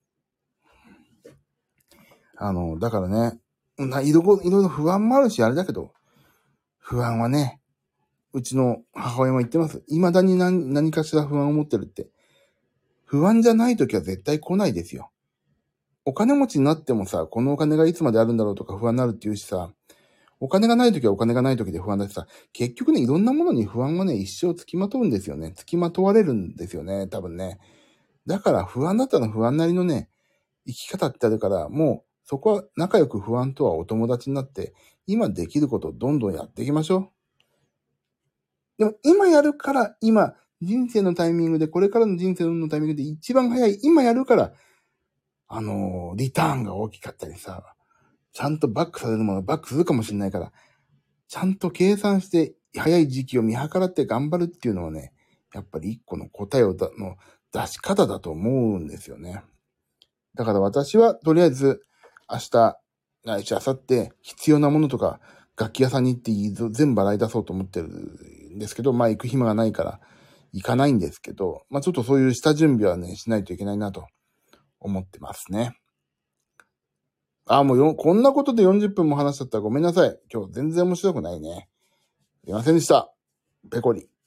だからね、いろいろ不安もあるし、あれだけど、不安はね、うちの母親も言ってます。未だに何かしら不安を持ってるって。不安じゃない時は絶対来ないですよ。お金持ちになってもさ、このお金がいつまであるんだろうとか不安になるって言うしさ、お金がない時はお金がない時で不安だしさ、結局ね、いろんなものに不安はね、一生つきまとうんですよね。つきまとわれるんですよね、多分ね。だから不安だったら不安なりのね、生き方ってあるから、もうそこは仲良く不安とはお友達になって、今できることをどんどんやっていきましょう。でも今やるから、今、人生のタイミングで、これからの人生のタイミングで一番早い、今やるから、リターンが大きかったりさ、ちゃんとバックされるものバックするかもしれないから、ちゃんと計算して早い時期を見計らって頑張るっていうのはね、やっぱり一個の答えの出し方だと思うんですよね。だから私はとりあえず明日、来週、明後日必要なものとか楽器屋さんに行って全部洗い出そうと思ってるんですけど、まあ行く暇がないから行かないんですけど、まあちょっとそういう下準備はね、しないといけないなと思ってますね。もうこんなことで40分も話しちゃったらごめんなさい。今日全然面白くないね。すいませんでした。ペコリ。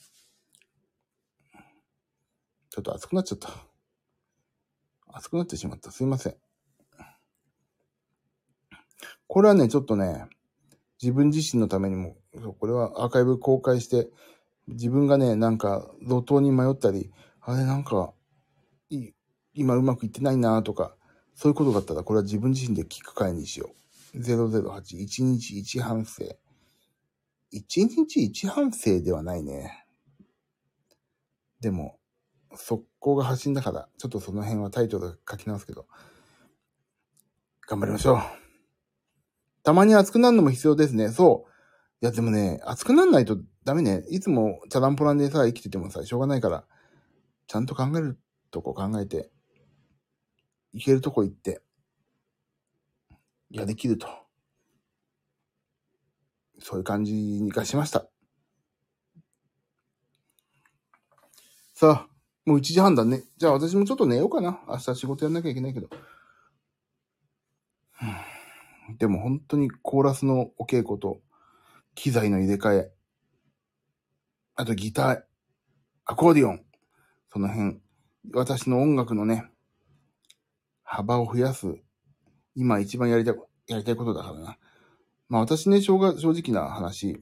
ちょっと熱くなっちゃった。熱くなってしまった。すいません。これはね、ちょっとね、自分自身のためにも、これはアーカイブ公開して、自分がね、なんか、路頭に迷ったり、あれなんか、今うまくいってないなとか、そういうことがあったら、これは自分自身で聞く回にしよう。008、1日1反省。1日1反省ではないね。でも、速攻が発信だから、ちょっとその辺はタイトル書き直すけど、頑張りましょう。たまに熱くなるのも必要ですね。そう。いや、でもね、熱くならないとダメね。いつもチャランポランでさ、生きててもさ、しょうがないから、ちゃんと考えるとこ考えて、いけるとこ行って、できると。そういう感じがしました。 さあ、もう1時半だね。じゃあ私もちょっと寝ようかな。明日仕事やんなきゃいけないけど。でも本当にコーラスのお稽古と、機材の入れ替え、あとギター、アコーディオン、その辺、私の音楽のね、幅を増やす、今一番やりたいことだからな。まあ私ね、正直な話、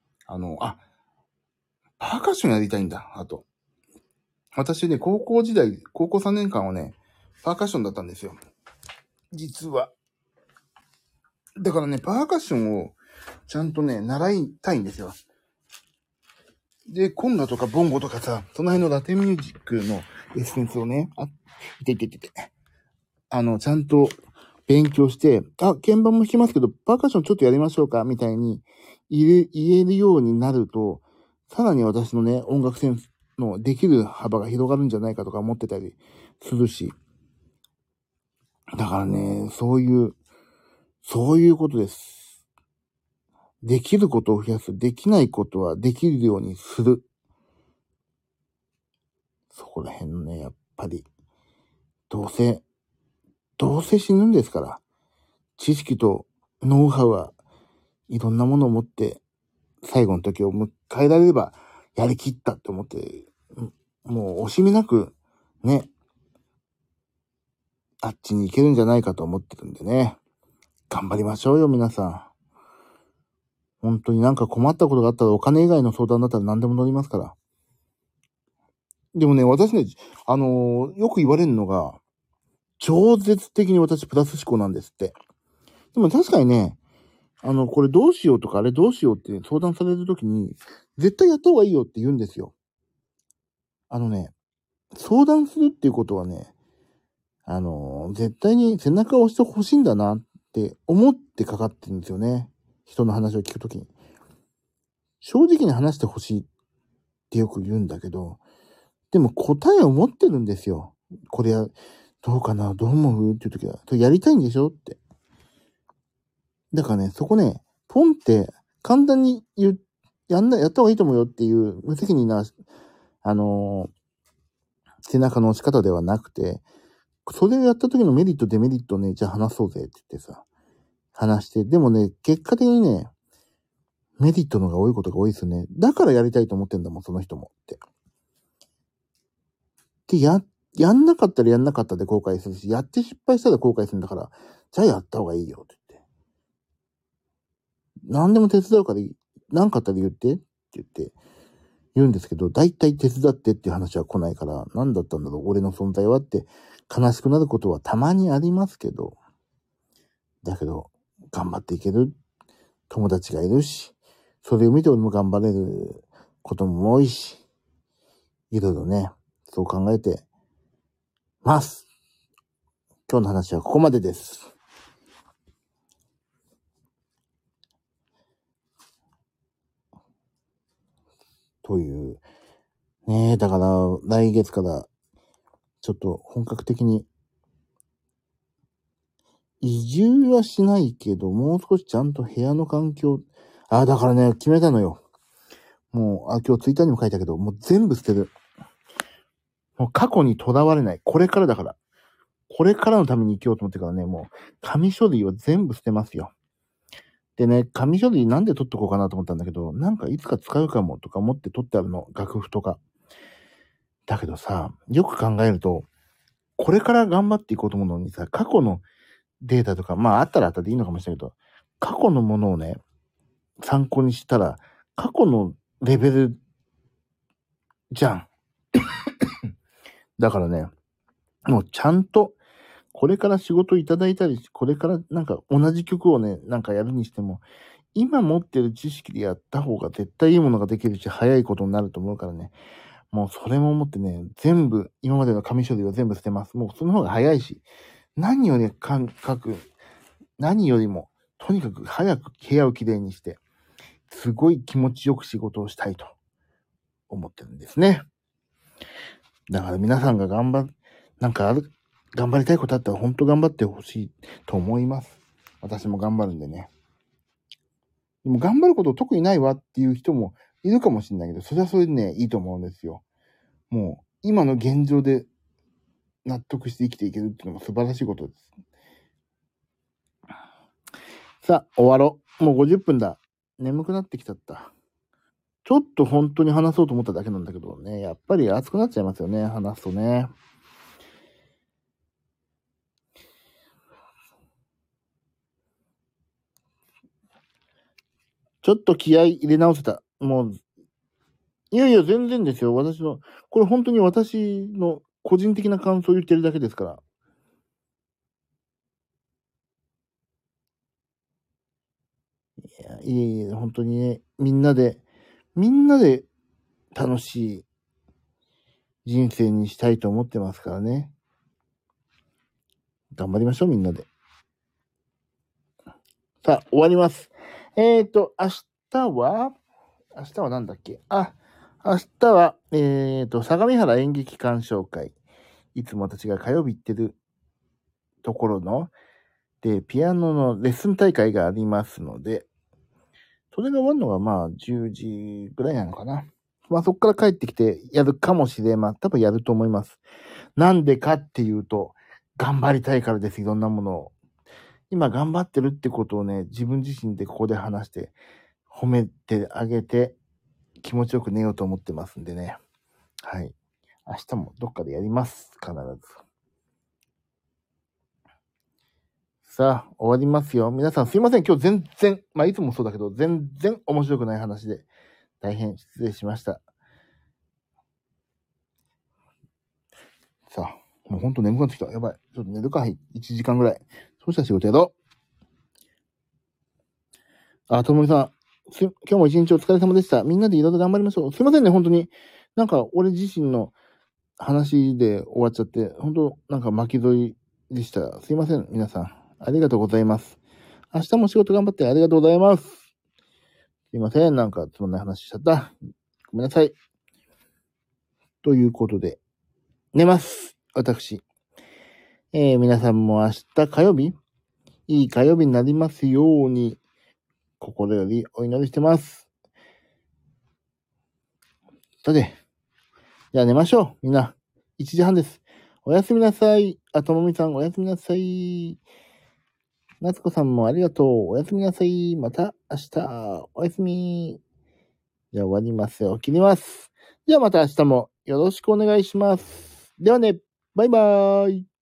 パーカッションやりたいんだ、あと。私ね、高校3年間はね、パーカッションだったんですよ。実は。だからね、パーカッションをちゃんとね、習いたいんですよ。で、コンガとかボンゴとかさ、その辺のラテンミュージックのエッセンスをね、ちゃんと勉強して、鍵盤も弾きますけど、パーカッションちょっとやりましょうか、みたいに言えるようになると、さらに私のね、音楽センスのできる幅が広がるんじゃないかとか思ってたりするし。だからね、そういうことです。できることを増やす。できないことはできるようにする。そこら辺のね、やっぱり、どうせ死ぬんですから。知識とノウハウはいろんなものを持って、最後の時を迎えられれば、やりきったって思って、もう惜しみなく、ね、あっちに行けるんじゃないかと思ってるんでね。頑張りましょうよ、皆さん。本当になんか困ったことがあったらお金以外の相談だったら何でも乗りますから。でもね、私ね、よく言われるのが、超絶的に私プラス思考なんですって。でも確かにね、これどうしようとかあれどうしようって相談されるときに、絶対やった方がいいよって言うんですよ。相談するっていうことはね、絶対に背中を押してほしいんだなって思ってかかってるんですよね。人の話を聞くときに。正直に話してほしいってよく言うんだけど、でも答えを持ってるんですよ。これどうかなどう思うっていうときは、やりたいんでしょって。だからね、そこね、ポンって簡単にやった方がいいと思うよっていう無責任な、背中の押し方ではなくて、それをやった時のメリット、デメリットをね、じゃあ話そうぜって言ってさ、話して、でもね、結果的にね、メリットの方が多いことが多いですよね。だからやりたいと思ってんだもん、その人もって。で、やんなかったらやんなかったで後悔するし、やって失敗したら後悔するんだから、じゃあやった方がいいよって言って。何でも手伝うから何かあったら言ってって言うんですけど、大体手伝ってっていう話は来ないから、何だったんだろう、俺の存在はって悲しくなることはたまにありますけど、だけど、頑張っていける友達がいるし、それを見て俺も頑張れることも多いし、いろいろね、そう考えてます。今日の話はここまでです。という、ねえ、だから来月からちょっと本格的に移住はしないけど、もう少しちゃんと部屋の環境、だからね、決めたのよ。もう、今日ツイッターにも書いたけど、もう全部捨てる。もう過去にとらわれない。これからだから。これからのために生きようと思ってからね、もう、紙書類を全部捨てますよ。でね、紙書類なんで取っとこうかなと思ったんだけど、なんかいつか使うかもとか思って取ってあるの。楽譜とか。だけどさ、よく考えると、これから頑張っていこうと思うのにさ、過去のデータとか、まああったらあったでいいのかもしれないけど、過去のものをね、参考にしたら、過去のレベルじゃん。だからね、もうちゃんと、これから仕事いただいたり、これからなんか同じ曲をね、なんかやるにしても、今持ってる知識でやった方が絶対いいものができるし、早いことになると思うからね。もうそれも思ってね、全部、今までの紙処理を全部捨てます。もうその方が早いし、何よりも、とにかく早く部屋をきれいにして、すごい気持ちよく仕事をしたいと思ってるんですね。だから皆さんが頑張りたいことあったら本当頑張ってほしいと思います。私も頑張るんでね。でも頑張ること特にないわっていう人もいるかもしれないけど、それはそれでね、いいと思うんですよ。 もう、今の現状で納得して生きていけるっていうのが素晴らしいことです。さあ、終わろう。もう50分だ。眠くなってきちゃった。ちょっと本当に話そうと思っただけなんだけどね。やっぱり熱くなっちゃいますよね。話すとね。ちょっと気合い入れ直せた。もう、いやいや、全然ですよ。これ本当に私の個人的な感想を言ってるだけですから。いえいえ、本当にね、みんなで楽しい人生にしたいと思ってますからね。頑張りましょう、みんなで。さあ、終わります。明日はなんだっけ？明日は、相模原演劇鑑賞会。いつも私が火曜日行ってるところの、で、ピアノのレッスン大会がありますので、それが終わるのがまあ10時ぐらいなのかな。まあそこから帰ってきてやるかもしれません。多分やると思います。なんでかっていうと、頑張りたいからです。いろんなものを。今頑張ってるってことをね、自分自身でここで話して、褒めてあげて、気持ちよく寝ようと思ってますんでね。はい。明日もどっかでやります。必ず。さあ、終わりますよ。皆さんすいません。今日全然、まあいつもそうだけど、全然面白くない話で、大変失礼しました。さあ、もうほんと眠くなってきた。やばい。ちょっと寝るか。1時間ぐらい。そうしたら仕事やろう。ともみさん。今日も一日お疲れ様でした。みんなでいろいろ頑張りましょう。すいませんね、本当に。なんか、俺自身の話で終わっちゃって、本当なんか巻き添いでした。すいません、皆さん。ありがとうございます。明日も仕事頑張ってありがとうございます。すいません、なんかつまんない話しちゃった。ごめんなさい。ということで、寝ます。私。皆さんも明日火曜日いい火曜日になりますように、心よりお祈りしてます。さて、じゃあ寝ましょう。みんな、1時半です。おやすみなさい。ともみさんおやすみなさい。夏子さんもありがとう。おやすみなさい。また明日。おやすみ。じゃあ終わりますよ。切ります。じゃあまた明日もよろしくお願いします。ではね、バイバーイ。